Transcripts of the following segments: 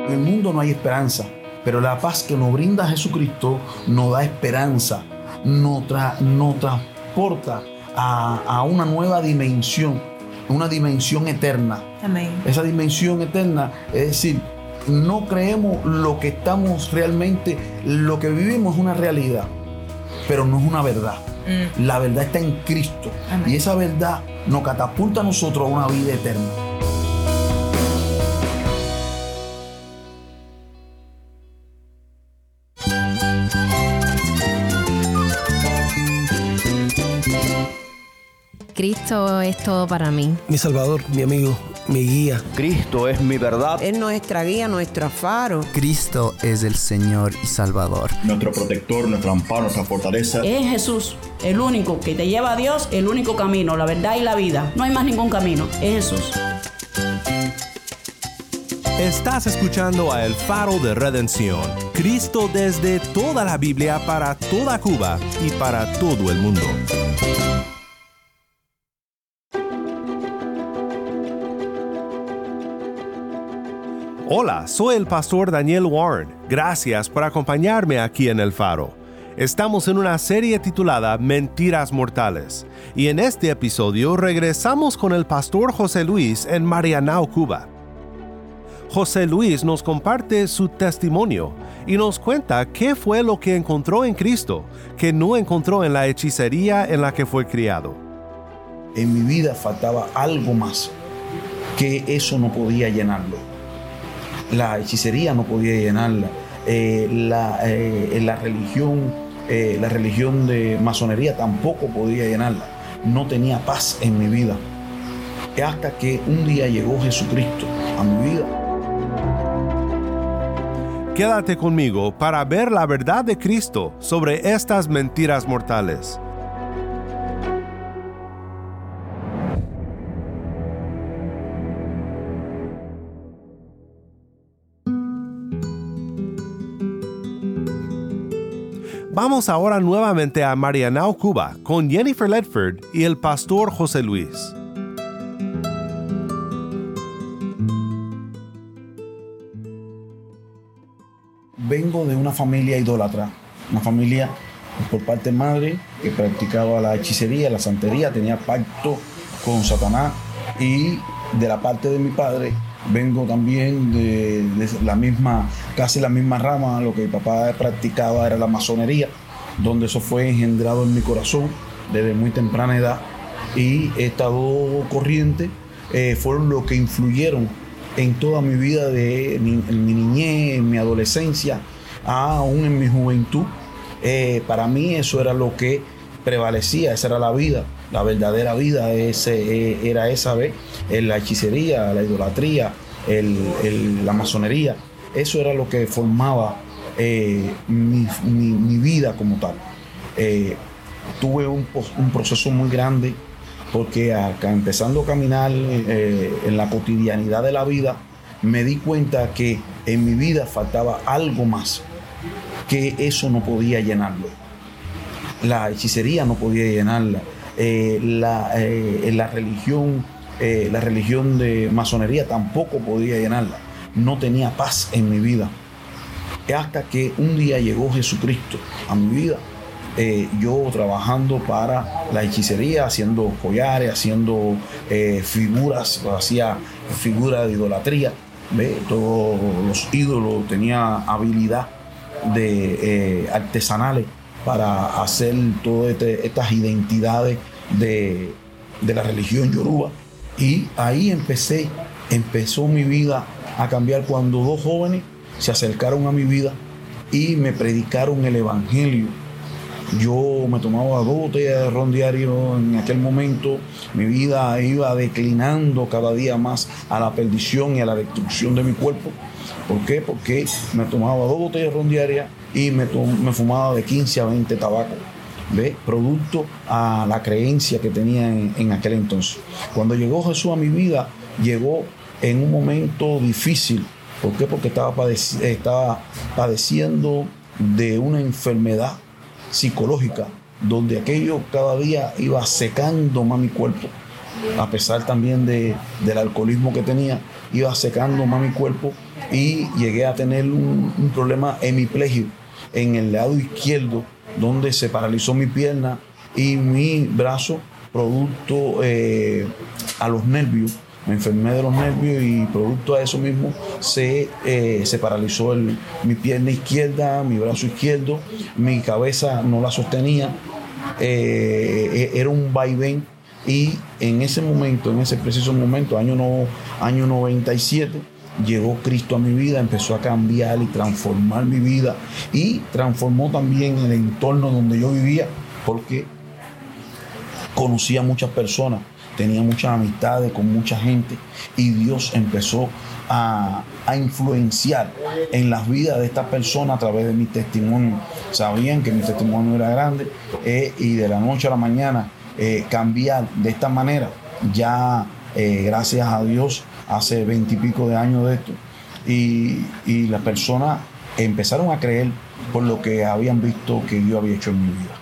En el mundo no hay esperanza, pero la paz que nos brinda Jesucristo nos da esperanza, nos transporta a una nueva dimensión, una dimensión eterna. Amén. Esa dimensión eterna, es decir, no creemos lo que estamos realmente, lo que vivimos es una realidad, pero no es una verdad. La verdad está en Cristo. Amén. Y esa verdad nos catapulta a nosotros a una vida eterna. Cristo es todo para mí. Mi Salvador, mi amigo, mi guía. Cristo es mi verdad. Es nuestra guía, nuestro faro. Cristo es el Señor y Salvador. Nuestro protector, nuestro amparo, nuestra fortaleza. Es Jesús, el único que te lleva a Dios, el único camino, la verdad y la vida. No hay más ningún camino, es Jesús. Estás escuchando a El Faro de Redención. Cristo desde toda la Biblia para toda Cuba y para todo el mundo. Hola, soy el pastor Daniel Warren. Gracias por acompañarme aquí en El Faro. Estamos en una serie titulada Mentiras Mortales, y en este episodio regresamos con el pastor José Luis en Marianao, Cuba. José Luis nos comparte su testimonio y nos cuenta qué fue lo que encontró en Cristo, que no encontró en la hechicería en la que fue criado. En mi vida faltaba algo más, que eso no podía llenarlo. La hechicería no podía llenarla. La religión de masonería tampoco podía llenarla. No tenía paz en mi vida. Hasta que un día llegó Jesucristo a mi vida. Quédate conmigo para ver la verdad de Cristo sobre estas mentiras mortales. Vamos ahora nuevamente a Marianao, Cuba, con Jennifer Ledford y el pastor José Luis. Vengo de una familia idólatra, una familia por parte de madre que practicaba la hechicería, la santería, tenía pacto con Satanás, y de la parte de mi padre vengo también de casi la misma rama. Lo que mi papá practicaba era la masonería, donde eso fue engendrado en mi corazón desde muy temprana edad, y estas dos corrientes fueron lo que influyeron en toda mi vida, en mi niñez, en mi adolescencia, aún en mi juventud. Para mí eso era lo que prevalecía, esa era la vida, la verdadera vida, era esa vez, la hechicería, la idolatría, la masonería. Eso era lo que formaba mi vida como tal. Tuve un proceso muy grande, porque acá, empezando a caminar en la cotidianidad de la vida, me di cuenta que en mi vida faltaba algo más, que eso no podía llenarlo. La hechicería no podía llenarla. La religión de masonería tampoco podía llenarla. No tenía paz en mi vida. Hasta que un día llegó Jesucristo a mi vida. Yo trabajando para la hechicería, haciendo collares, haciendo figuras, hacía figuras de idolatría. Todos los ídolos, tenía habilidad de artesanales para hacer todas estas identidades de la religión yoruba. Y ahí empezó mi vida a cambiar cuando dos jóvenes se acercaron a mi vida y me predicaron el evangelio. Yo me tomaba 2 botellas de ron diario en aquel momento. Mi vida iba declinando cada día más a la perdición y a la destrucción de mi cuerpo. ¿Por qué? Porque me tomaba 2 botellas de ron diarias y me fumaba de 15 a 20 tabacos. Producto a la creencia que tenía en aquel entonces. Cuando llegó Jesús a mi vida, llegó en un momento difícil. ¿Por qué? Porque estaba padeciendo de una enfermedad psicológica, donde aquello cada día iba secando más mi cuerpo, a pesar también del alcoholismo que tenía. iba secando más mi cuerpo y llegué a tener un problema hemiplegio en el lado izquierdo, donde se paralizó mi pierna y mi brazo producto a los nervios. Me enfermé de los nervios y producto a eso mismo se paralizó mi pierna izquierda, mi brazo izquierdo, mi cabeza no la sostenía, era un vaivén. Y en ese momento, en ese preciso momento, año 97, llegó Cristo a mi vida, empezó a cambiar y transformar mi vida y transformó también el entorno donde yo vivía, porque conocía a muchas personas, tenía muchas amistades con mucha gente y Dios empezó a influenciar en las vidas de estas personas a través de mi testimonio. Sabían que mi testimonio era grande y de la noche a la mañana cambiar de esta manera. Ya gracias a Dios hace 20 y pico de años de esto y las personas empezaron a creer por lo que habían visto que Dios había hecho en mi vida.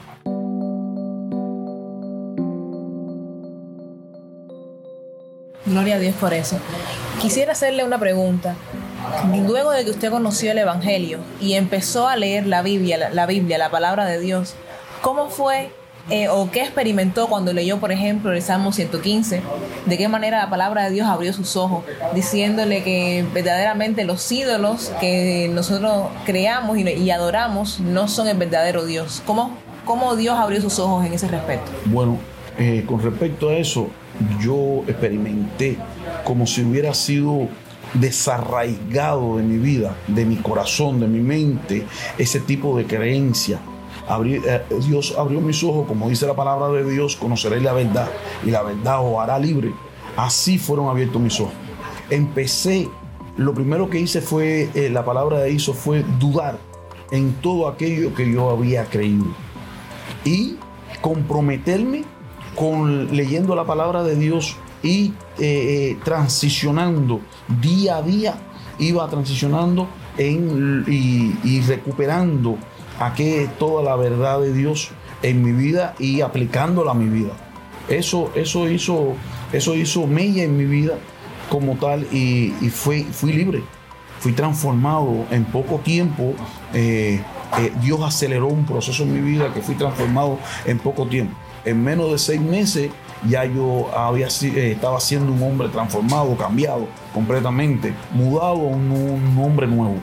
Gloria a Dios por eso. Quisiera hacerle una pregunta. Luego de que usted conoció el Evangelio y empezó a leer la Biblia, la palabra de Dios, ¿cómo fue o qué experimentó cuando leyó, por ejemplo, el Salmo 115? ¿De qué manera la palabra de Dios abrió sus ojos, diciéndole que verdaderamente los ídolos que nosotros creamos y adoramos no son el verdadero Dios? ¿Cómo Dios abrió sus ojos en ese respecto? Bueno, con respecto a eso, yo experimenté como si hubiera sido desarraigado de mi vida, de mi corazón, de mi mente, ese tipo de creencia. Dios abrió mis ojos, como dice la palabra de Dios, conoceréis la verdad y la verdad os hará libre. Así fueron abiertos mis ojos. Lo primero que hice fue, la palabra de Dios fue dudar en todo aquello que yo había creído y comprometerme con leyendo la palabra de Dios y transicionando día a día, iba transicionando y recuperando toda la verdad de Dios en mi vida y aplicándola a mi vida. Eso hizo mella en mi vida como tal y fui libre, fui transformado en poco tiempo. Dios aceleró un proceso en mi vida que fui transformado en poco tiempo. En menos de 6 meses ya yo estaba siendo un hombre transformado, cambiado completamente, mudado a un hombre nuevo.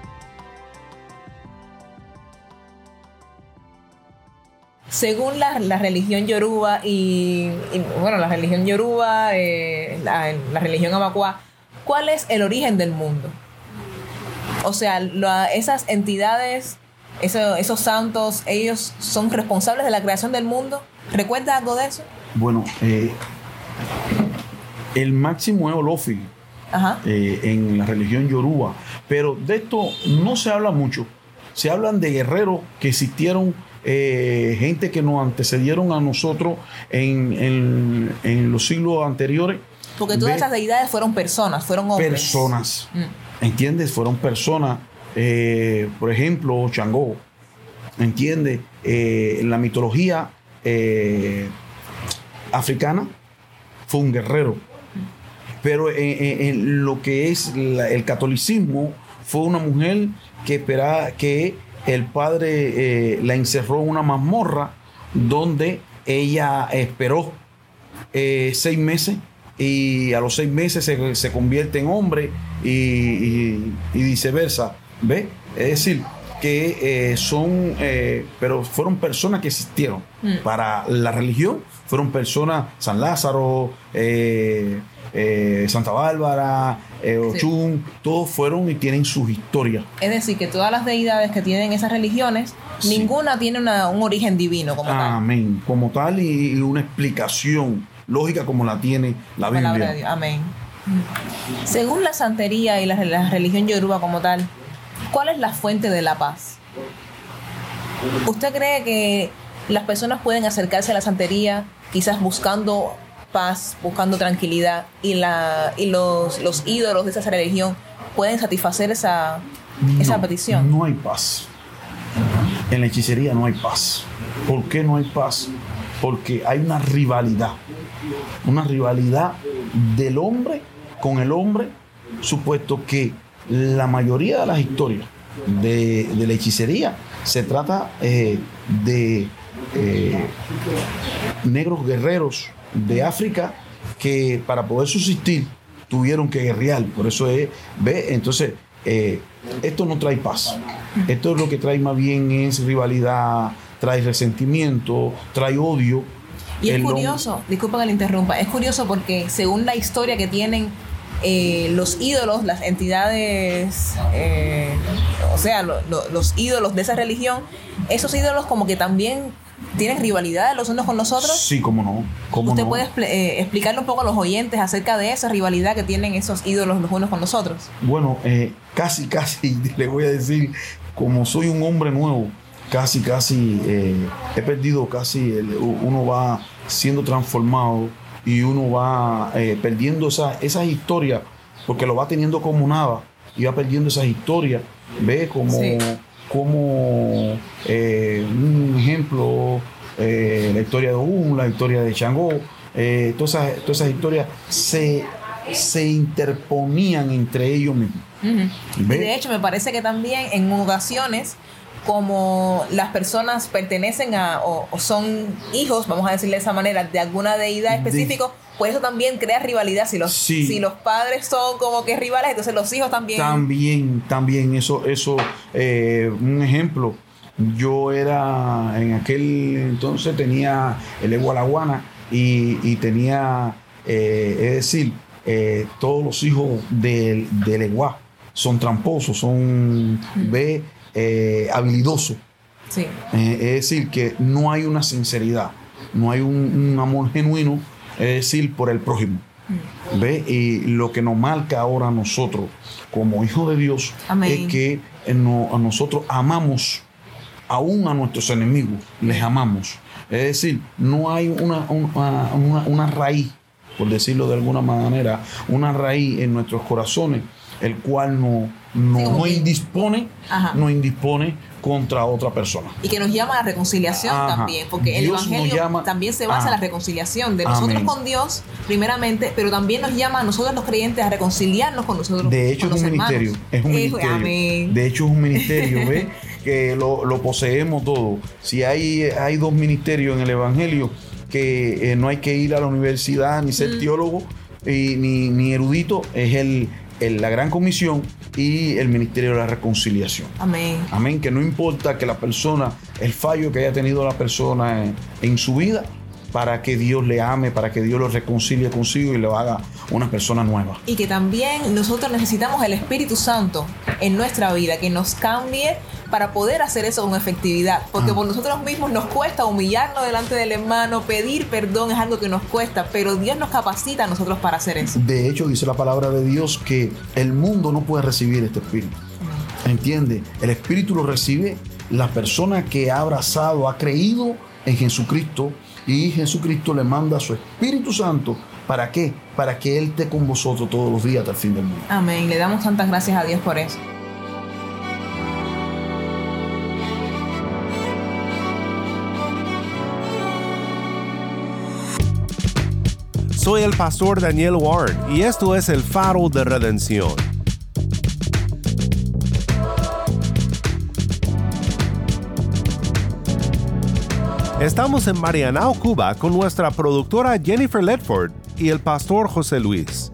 Según la religión yoruba la religión yoruba, la religión abacuá, ¿cuál es el origen del mundo? O sea, esas entidades, esos santos, ¿ellos son responsables de la creación del mundo? ¿Recuerda algo de eso? Bueno, el máximo es Olofi en la religión yoruba, pero de esto no se habla mucho. Se hablan de guerreros que existieron, gente que nos antecedieron a nosotros en los siglos anteriores. Porque todas esas deidades fueron personas, fueron hombres. Personas, ¿entiendes? Fueron personas. Por ejemplo, Changó, ¿entiendes? En la mitología africana fue un guerrero, pero en lo que es el catolicismo fue una mujer que esperaba que el padre la encerró en una mazmorra donde ella esperó 6 meses y a los 6 meses se convierte en hombre y viceversa, ¿ves? Es decir, que pero fueron personas que existieron. Para la religión fueron personas, San Lázaro, Santa Bárbara, Ochun, todos fueron y tienen sus historias. Es decir, que todas las deidades que tienen esas religiones, ninguna tiene un origen divino como tal. Amén, como tal y una explicación lógica como la tiene la Biblia. Amén. Según la santería y la religión yoruba como tal, ¿cuál es la fuente de la paz? ¿Usted cree que las personas pueden acercarse a la santería quizás buscando paz, buscando tranquilidad y los ídolos de esa religión pueden satisfacer esa petición? No hay paz. En la hechicería no hay paz. ¿Por qué no hay paz? Porque hay una rivalidad del hombre con el hombre supuesto que la mayoría de las historias de la hechicería se trata de negros guerreros de África que para poder subsistir tuvieron que guerrear. Por eso entonces esto no trae paz. Esto es lo que trae más bien es rivalidad, trae resentimiento, trae odio. Y es curioso, disculpa que le interrumpa, es curioso porque según la historia que tienen los ídolos, las entidades, los ídolos de esa religión, esos ídolos como que también tienen rivalidad los unos con los otros. Sí, cómo no. ¿Usted puede explicarle un poco a los oyentes acerca de esa rivalidad que tienen esos ídolos los unos con los otros? Bueno, casi le voy a decir, como soy un hombre nuevo, casi he perdido uno va siendo transformado y uno va perdiendo esas historias porque lo va teniendo como nada y va perdiendo esas historias. Ve como un ejemplo, la historia de Ogún, la historia de Changó, todas esas historias se interponían entre ellos mismos. Y de hecho me parece que también en ocasiones, como las personas pertenecen o son hijos, vamos a decirle de esa manera, de alguna deidad específica, pues eso también crea rivalidad. Si los padres son como que rivales, entonces los hijos también. También eso un ejemplo. Yo en aquel entonces tenía el Egualaguana y tenía, todos los hijos del Eguá son tramposos, son habilidosos. Sí. Es decir, que no hay una sinceridad, no hay un amor genuino, es decir, por el prójimo. ¿Ve? Y lo que nos marca ahora a nosotros como hijos de Dios es que a nosotros amamos aún a nuestros enemigos, les amamos. Es decir, no hay una raíz, por decirlo de alguna manera, una raíz en nuestros corazones, el cual no indispone contra otra persona. Y que nos llama a la reconciliación también, porque el Evangelio también se basa en la reconciliación de nosotros con Dios, primeramente, pero también nos llama a nosotros los creyentes a reconciliarnos con nosotros. De hecho, es un ministerio. De hecho, es un ministerio, ¿ves? Que lo poseemos todo. Si hay dos ministerios en el Evangelio, que no hay que ir a la universidad ni ser teólogo ni erudito, es la Gran Comisión y el Ministerio de la Reconciliación. Amén. Que no importa que la persona, el fallo que haya tenido la persona en su vida, para que Dios le ame, para que Dios lo reconcilie consigo y lo haga una persona nueva. Y que también nosotros necesitamos el Espíritu Santo en nuestra vida, que nos cambie para poder hacer eso con efectividad. Porque por nosotros mismos nos cuesta humillarnos delante del hermano, pedir perdón es algo que nos cuesta, pero Dios nos capacita a nosotros para hacer eso. De hecho, dice la palabra de Dios que el mundo no puede recibir este Espíritu. ¿Entiende? El Espíritu lo recibe la persona que ha abrazado, ha creído en Jesucristo, y Jesucristo le manda a su Espíritu Santo. ¿Para qué? Para que Él esté con vosotros todos los días hasta el fin del mundo. Amén. Le damos tantas gracias a Dios por eso. Soy el pastor Daniel Warren y esto es el Faro de Redención. Estamos en Marianao, Cuba, con nuestra productora Jennifer Ledford y el pastor José Luis.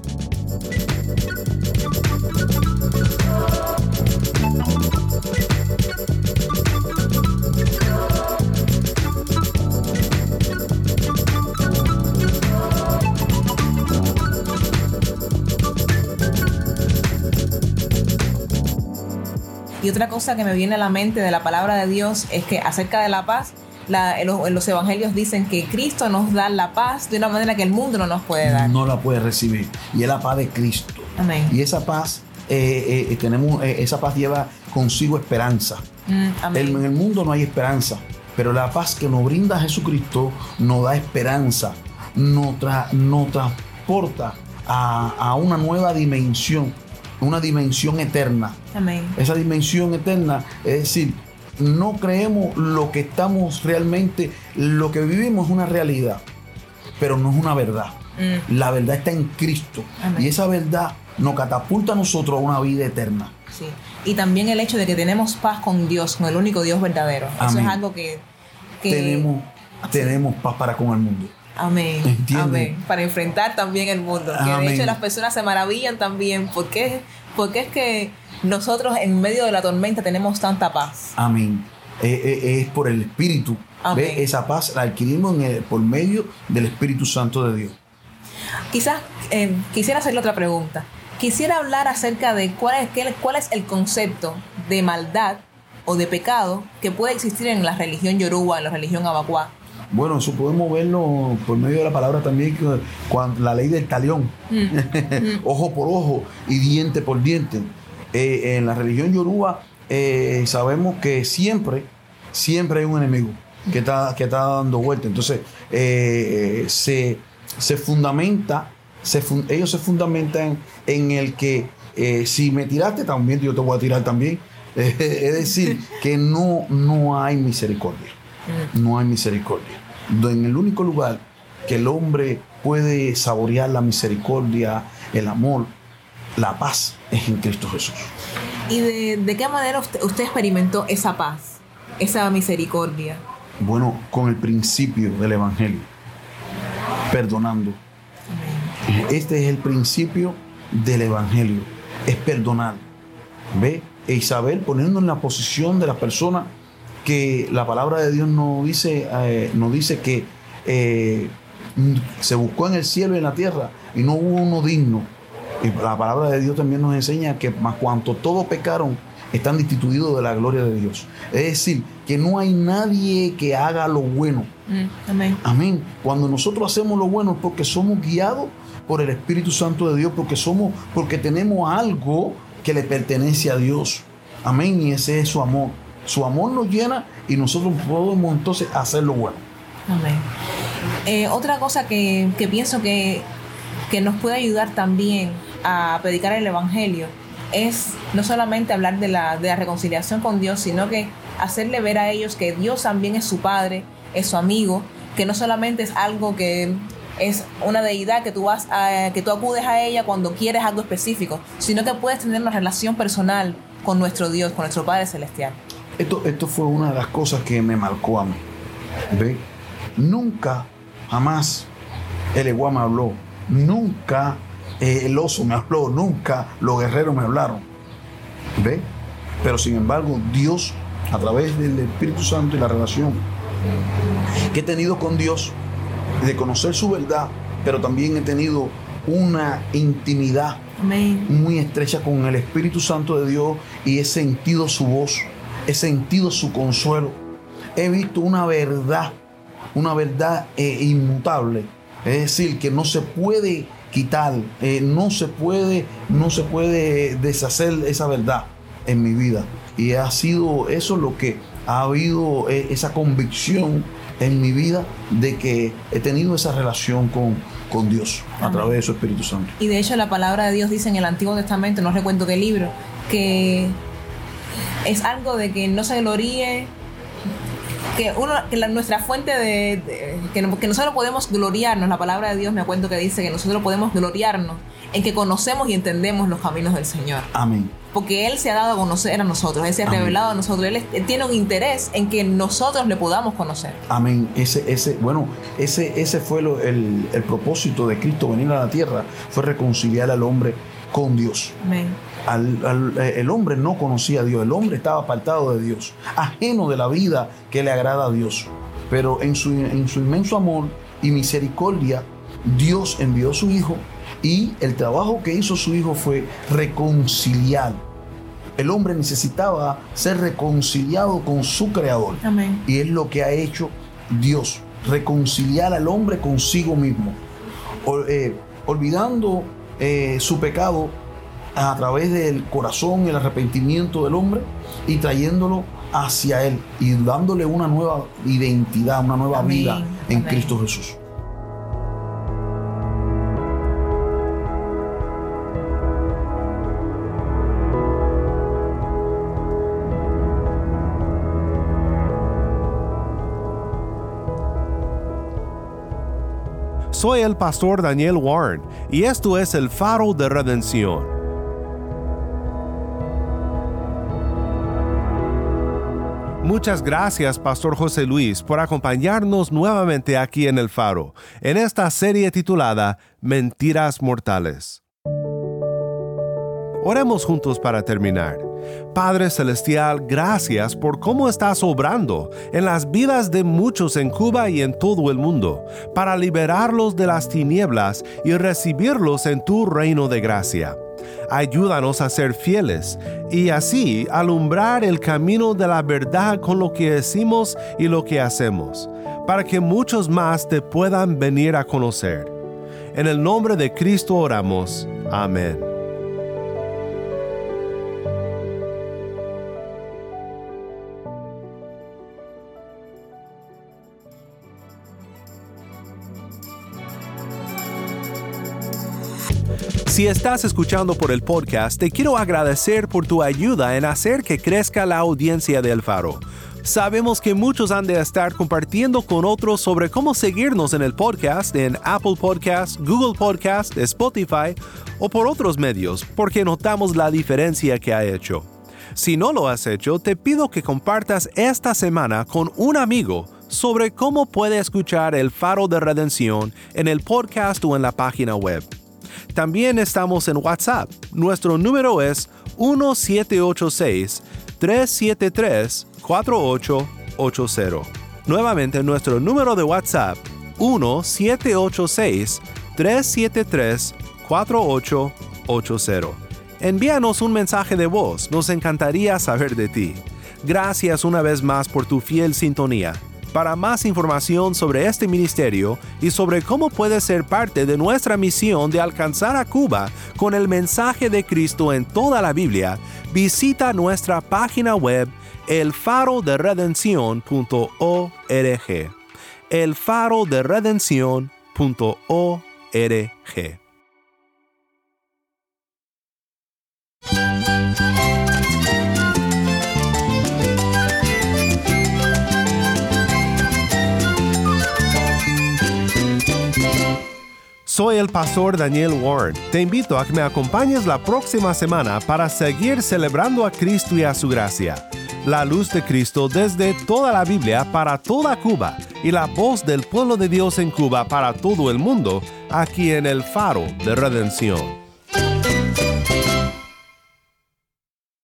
Y otra cosa que me viene a la mente de la palabra de Dios es que acerca de la paz, en los evangelios dicen que Cristo nos da la paz de una manera que el mundo no nos puede dar. No la puede recibir. Y es la paz de Cristo. Amén. Y esa paz, esa paz lleva consigo esperanza. Amén. En el mundo no hay esperanza, pero la paz que nos brinda Jesucristo nos da esperanza, nos transporta a una nueva dimensión, una dimensión eterna. Amén. Esa dimensión eterna, es decir, no creemos lo que estamos realmente, lo que vivimos es una realidad, pero no es una verdad. La verdad está en Cristo. Amén. Y esa verdad nos catapulta a nosotros a una vida eterna. Sí. Y también el hecho de que tenemos paz con Dios, con el único Dios verdadero. Amén. Eso es algo que tenemos paz para con el mundo. Amén. ¿Entiendes? Amén. Para enfrentar también el mundo. Que Amén. de hecho las personas se maravillan también. Porque es que nosotros en medio de la tormenta tenemos tanta paz. Amén. Es por el Espíritu. Amén. Esa paz la adquirimos por medio del Espíritu Santo de Dios. Quizás quisiera hacerle otra pregunta. Quisiera hablar acerca de cuál es el concepto de maldad o de pecado que puede existir en la religión yoruba, en la religión abacuá. Bueno, eso podemos verlo por medio de la palabra también, la ley del talión. Ojo por ojo y diente por diente. En la religión yoruba sabemos que siempre hay un enemigo que está dando vuelta. Entonces, ellos se fundamentan en el que si me tiraste también, yo te voy a tirar también. Es decir, que no hay misericordia. No hay misericordia. En el único lugar que el hombre puede saborear la misericordia, el amor, la paz, es en Cristo Jesús. ¿Y de qué manera usted experimentó esa paz, esa misericordia? Bueno, con el principio del Evangelio, perdonando. Este es el principio del Evangelio, es perdonar. ¿Ve? E Isabel poniendo en la posición de las personas que la palabra de Dios nos dice que se buscó en el cielo y en la tierra y no hubo uno digno. Y la palabra de Dios también nos enseña que más cuanto todos pecaron, están destituidos de la gloria de Dios. Es decir, que no hay nadie que haga lo bueno. Amén. Amén. Cuando nosotros hacemos lo bueno es porque somos guiados por el Espíritu Santo de Dios, porque tenemos algo que le pertenece a Dios. Amén. Y ese es su amor. Su amor nos llena y nosotros podemos entonces hacer lo bueno. Amén. Otra cosa que pienso que nos puede ayudar también a predicar el Evangelio es no solamente hablar de la reconciliación con Dios, sino que hacerle ver a ellos que Dios también es su Padre, es su amigo, que no solamente es algo que es una deidad que tú acudes a ella cuando quieres algo específico, sino que puedes tener una relación personal con nuestro Dios, con nuestro Padre Celestial. Esto fue una de las cosas que me marcó a mí. ¿Ve? Nunca, jamás el Eguá me habló, nunca el oso me habló, nunca los guerreros me hablaron. ¿Ve? Pero sin embargo, Dios, a través del Espíritu Santo y la relación que he tenido con Dios, de conocer su verdad, pero también he tenido una intimidad Amén. muy estrecha con el Espíritu Santo de Dios y he sentido su voz, he sentido su consuelo, he visto una verdad inmutable, es decir, que no se puede quitar, no se puede deshacer esa verdad en mi vida, y ha sido eso lo que ha habido, esa convicción en mi vida de que he tenido esa relación con Dios. Amén. A través de su Espíritu Santo. Y de hecho la palabra de Dios dice en el Antiguo Testamento, no recuerdo qué libro, que es algo de que no se gloríe, nuestra fuente que nosotros podemos gloriarnos. La palabra de Dios, me acuerdo que dice que nosotros podemos gloriarnos en que conocemos y entendemos los caminos del Señor. Amén. Porque Él se ha dado a conocer a nosotros, Él se ha Amén. Revelado a nosotros, Él tiene un interés en que nosotros le podamos conocer. Amén. Ese fue el propósito de Cristo venir a la tierra, fue reconciliar al hombre con Dios. Amén. El hombre no conocía a Dios, el hombre estaba apartado de Dios, ajeno de la vida que le agrada a Dios. Pero en su inmenso amor y misericordia, Dios envió a su Hijo, y el trabajo que hizo su Hijo fue reconciliar. El hombre necesitaba ser reconciliado con su Creador. Amén. Y es lo que ha hecho Dios, reconciliar al hombre consigo mismo, olvidando su pecado a través del corazón y el arrepentimiento del hombre y trayéndolo hacia Él y dándole una nueva identidad, una nueva Amén. Vida en Amén. Cristo Jesús. Soy el pastor Daniel Warren y esto es el Faro de Redención. Muchas gracias, Pastor José Luis, por acompañarnos nuevamente aquí en el Faro, en esta serie titulada Mentiras Mortales. Oremos juntos para terminar. Padre Celestial, gracias por cómo estás obrando en las vidas de muchos en Cuba y en todo el mundo, para liberarlos de las tinieblas y recibirlos en tu reino de gracia. Ayúdanos a ser fieles y así alumbrar el camino de la verdad con lo que decimos y lo que hacemos, para que muchos más te puedan venir a conocer. En el nombre de Cristo oramos. Amén. Si estás escuchando por el podcast, te quiero agradecer por tu ayuda en hacer que crezca la audiencia de El Faro. Sabemos que muchos han de estar compartiendo con otros sobre cómo seguirnos en el podcast, en Apple Podcasts, Google Podcasts, Spotify o por otros medios, porque notamos la diferencia que ha hecho. Si no lo has hecho, te pido que compartas esta semana con un amigo sobre cómo puede escuchar El Faro de Redención en el podcast o en la página web. También estamos en WhatsApp. Nuestro número es 1-786-373-4880. Nuevamente, nuestro número de WhatsApp, 1-786-373-4880. Envíanos un mensaje de voz, nos encantaría saber de ti. Gracias una vez más por tu fiel sintonía. Para más información sobre este ministerio y sobre cómo puedes ser parte de nuestra misión de alcanzar a Cuba con el mensaje de Cristo en toda la Biblia, visita nuestra página web elfaroderedencion.org. elfaroderedencion.org. Soy el pastor Daniel Warren. Te invito a que me acompañes la próxima semana para seguir celebrando a Cristo y a su gracia. La luz de Cristo desde toda la Biblia para toda Cuba y la voz del pueblo de Dios en Cuba para todo el mundo, aquí en el Faro de Redención.